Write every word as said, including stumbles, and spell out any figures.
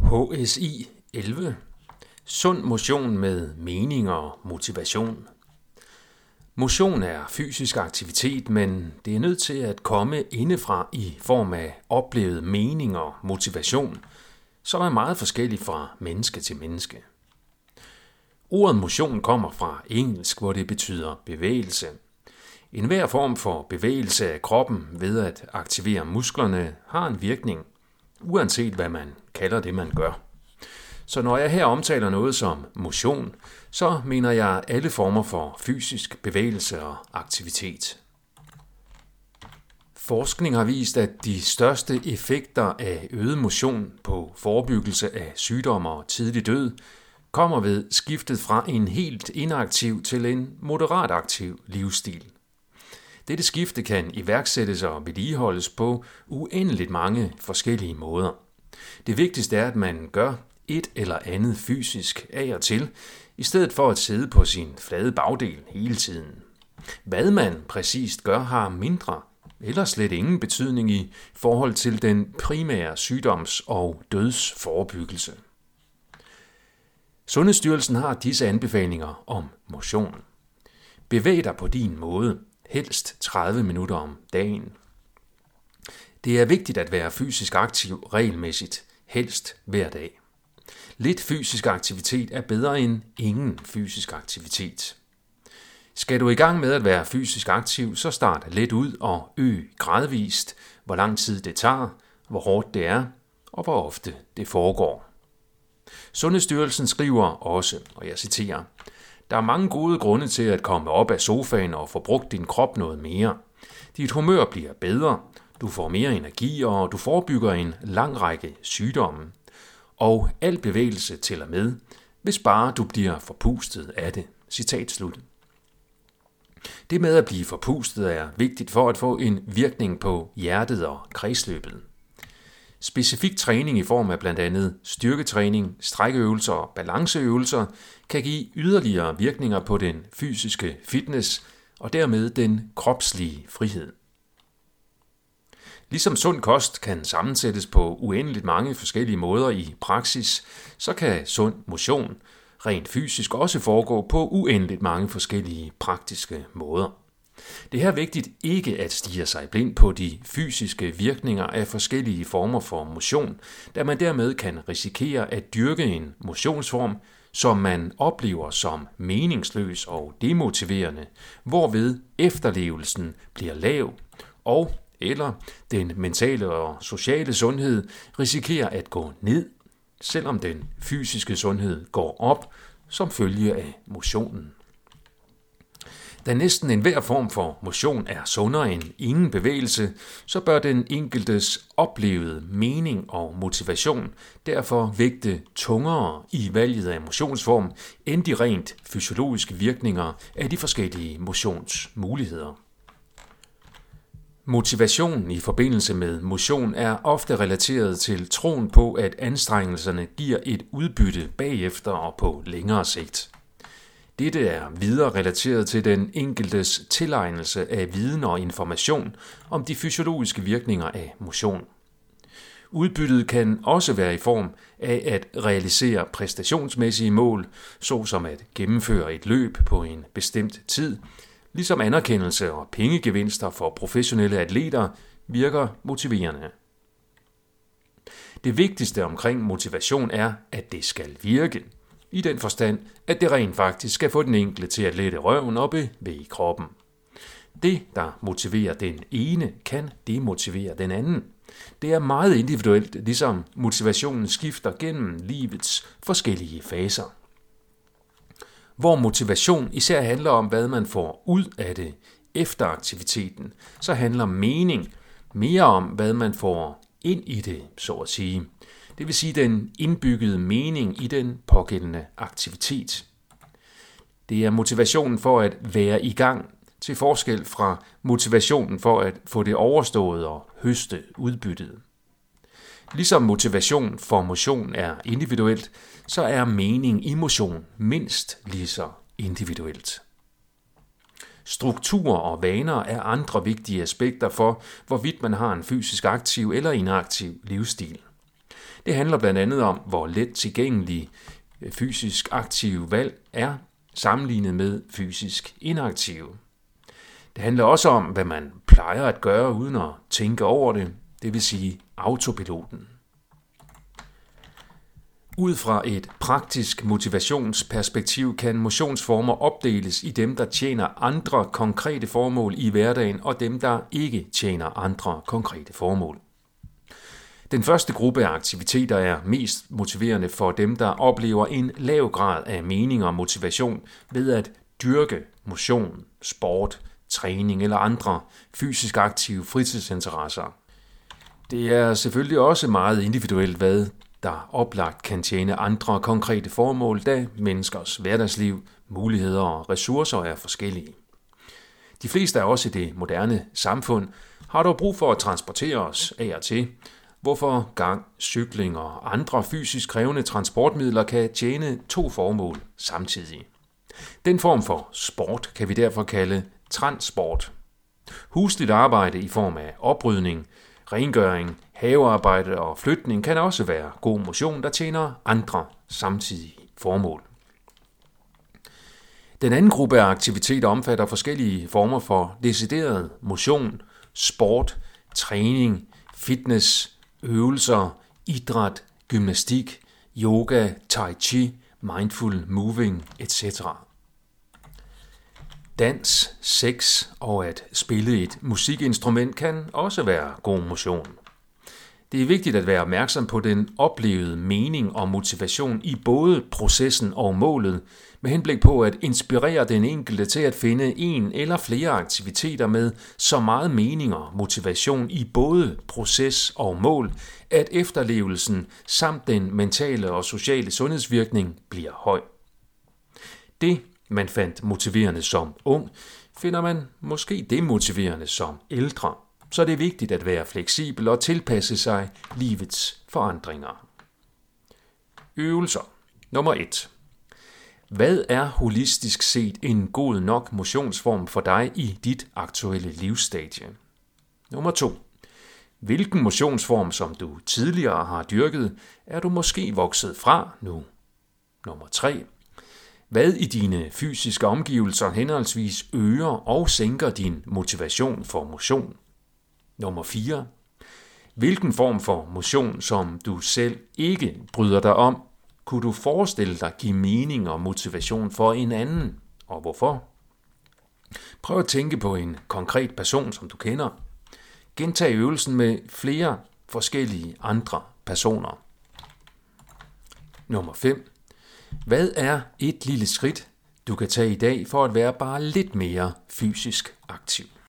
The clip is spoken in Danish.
H S I elleve. Sund motion med mening og motivation. Motion er fysisk aktivitet, men det er nødt til at komme indefra i form af oplevet mening og motivation, som er meget forskellig fra menneske til menneske. Ordet motion kommer fra engelsk, hvor det betyder bevægelse. Enhver form for bevægelse af kroppen ved at aktivere musklerne har en virkning, uanset hvad man kalder det, man gør. Så når jeg her omtaler noget som motion, så mener jeg alle former for fysisk bevægelse og aktivitet. Forskning har vist, at de største effekter af øget motion på forebyggelse af sygdomme og tidlig død kommer ved skiftet fra en helt inaktiv til en moderat aktiv livsstil. Dette skifte kan iværksættes og vedligeholdes på uendeligt mange forskellige måder. Det vigtigste er, at man gør et eller andet fysisk af og til, i stedet for at sidde på sin flade bagdel hele tiden. Hvad man præcist gør, har mindre eller slet ingen betydning i forhold til den primære sygdoms- og dødsforebyggelse. Sundhedsstyrelsen har disse anbefalinger om motion. Bevæg dig på din måde, helst tredive minutter om dagen. Det er vigtigt at være fysisk aktiv regelmæssigt, helst hver dag. Lidt fysisk aktivitet er bedre end ingen fysisk aktivitet. Skal du i gang med at være fysisk aktiv, så start let ud og øg gradvist, hvor lang tid det tager, hvor hårdt det er og hvor ofte det foregår. Sundhedsstyrelsen skriver også, og jeg citerer, der er mange gode grunde til at komme op af sofaen og få brugt din krop noget mere. Dit humør bliver bedre, du får mere energi, og du forebygger en lang række sygdomme. Og al bevægelse tæller med, hvis bare du bliver forpustet af det. Citat slut. Det med at blive forpustet er vigtigt for at få en virkning på hjertet og kredsløbet. Specifik træning i form af blandt andet styrketræning, strækøvelser og balanceøvelser kan give yderligere virkninger på den fysiske fitness og dermed den kropslige frihed. Ligesom sund kost kan sammensættes på uendeligt mange forskellige måder i praksis, så kan sund motion rent fysisk også foregå på uendeligt mange forskellige praktiske måder. Det er vigtigt ikke at stirre sig blind på de fysiske virkninger af forskellige former for motion, da man dermed kan risikere at dyrke en motionsform, som man oplever som meningsløs og demotiverende, hvorved efterlevelsen bliver lav, og eller den mentale og sociale sundhed risikerer at gå ned, selvom den fysiske sundhed går op som følge af motionen. Da næsten enhver form for motion er sundere end ingen bevægelse, så bør den enkeltes oplevede mening og motivation derfor vægte tungere i valget af motionsform end de rent fysiologiske virkninger af de forskellige motionsmuligheder. Motivation i forbindelse med motion er ofte relateret til troen på, at anstrengelserne giver et udbytte bagefter og på længere sigt. Dette er videre relateret til den enkeltes tilegnelse af viden og information om de fysiologiske virkninger af motion. Udbyttet kan også være i form af at realisere præstationsmæssige mål, såsom at gennemføre et løb på en bestemt tid, ligesom anerkendelse og pengegevinster for professionelle atleter virker motiverende. Det vigtigste omkring motivation er, at det skal virke, i den forstand, at det rent faktisk skal få den enkelte til at lette røven og bevæge kroppen. Det, der motiverer den ene, kan demotivere den anden. Det er meget individuelt, ligesom motivationen skifter gennem livets forskellige faser. Hvor motivation især handler om, hvad man får ud af det efter aktiviteten, så handler mening mere om, hvad man får ind i det, så at sige. Det vil sige den indbyggede mening i den pågældende aktivitet. Det er motivationen for at være i gang, til forskel fra motivationen for at få det overstået og høste udbyttet. Ligesom motivation for motion er individuelt, så er mening i motion mindst lige så individuelt. Strukturer og vaner er andre vigtige aspekter for, hvorvidt man har en fysisk aktiv eller inaktiv livsstil. Det handler blandt andet om, hvor let tilgængelig fysisk aktive valg er sammenlignet med fysisk inaktive. Det handler også om, hvad man plejer at gøre uden at tænke over det, det vil sige autopiloten. Ud fra et praktisk motivationsperspektiv kan motionsformer opdeles i dem, der tjener andre konkrete formål i hverdagen, og dem, der ikke tjener andre konkrete formål. Den første gruppe af aktiviteter er mest motiverende for dem, der oplever en lav grad af mening og motivation ved at dyrke motion, sport, træning eller andre fysisk aktive fritidsinteresser. Det er selvfølgelig også meget individuelt, hvad der oplagt kan tjene andre konkrete formål, da menneskers hverdagsliv, muligheder og ressourcer er forskellige. De fleste af os i det moderne samfund har dog brug for at transportere os af og til, hvorfor gang, cykling og andre fysisk krævende transportmidler kan tjene to formål samtidig. Den form for sport kan vi derfor kalde transport. Husligt arbejde i form af oprydning, rengøring, havearbejde og flytning kan også være god motion, der tjener andre samtidige formål. Den anden gruppe af aktiviteter omfatter forskellige former for decideret motion, sport, træning, fitness, øvelser, idræt, gymnastik, yoga, tai chi, mindful moving, et cetera. Dans, sex og at spille et musikinstrument kan også være god motion. Det er vigtigt at være opmærksom på den oplevede mening og motivation i både processen og målet, med henblik på at inspirere den enkelte til at finde en eller flere aktiviteter med så meget mening og motivation i både proces og mål, at efterlevelsen samt den mentale og sociale sundhedsvirkning bliver høj. Det, man fandt motiverende som ung, finder man måske demotiverende som ældre. Så det er vigtigt at være fleksibel og tilpasse sig livets forandringer. Øvelser. Nummer et. Hvad er holistisk set en god nok motionsform for dig i dit aktuelle livsstadie? Nummer to. Hvilken motionsform, som du tidligere har dyrket, er du måske vokset fra nu? Nummer tre. Hvad i dine fysiske omgivelser henholdsvis øger og sænker din motivation for motion? Nummer fire. Hvilken form for motion, som du selv ikke bryder dig om, kunne du forestille dig give mening og motivation for en anden, og hvorfor? Prøv at tænke på en konkret person, som du kender. Gentag øvelsen med flere forskellige andre personer. Nummer fem. Hvad er et lille skridt, du kan tage i dag for at være bare lidt mere fysisk aktiv?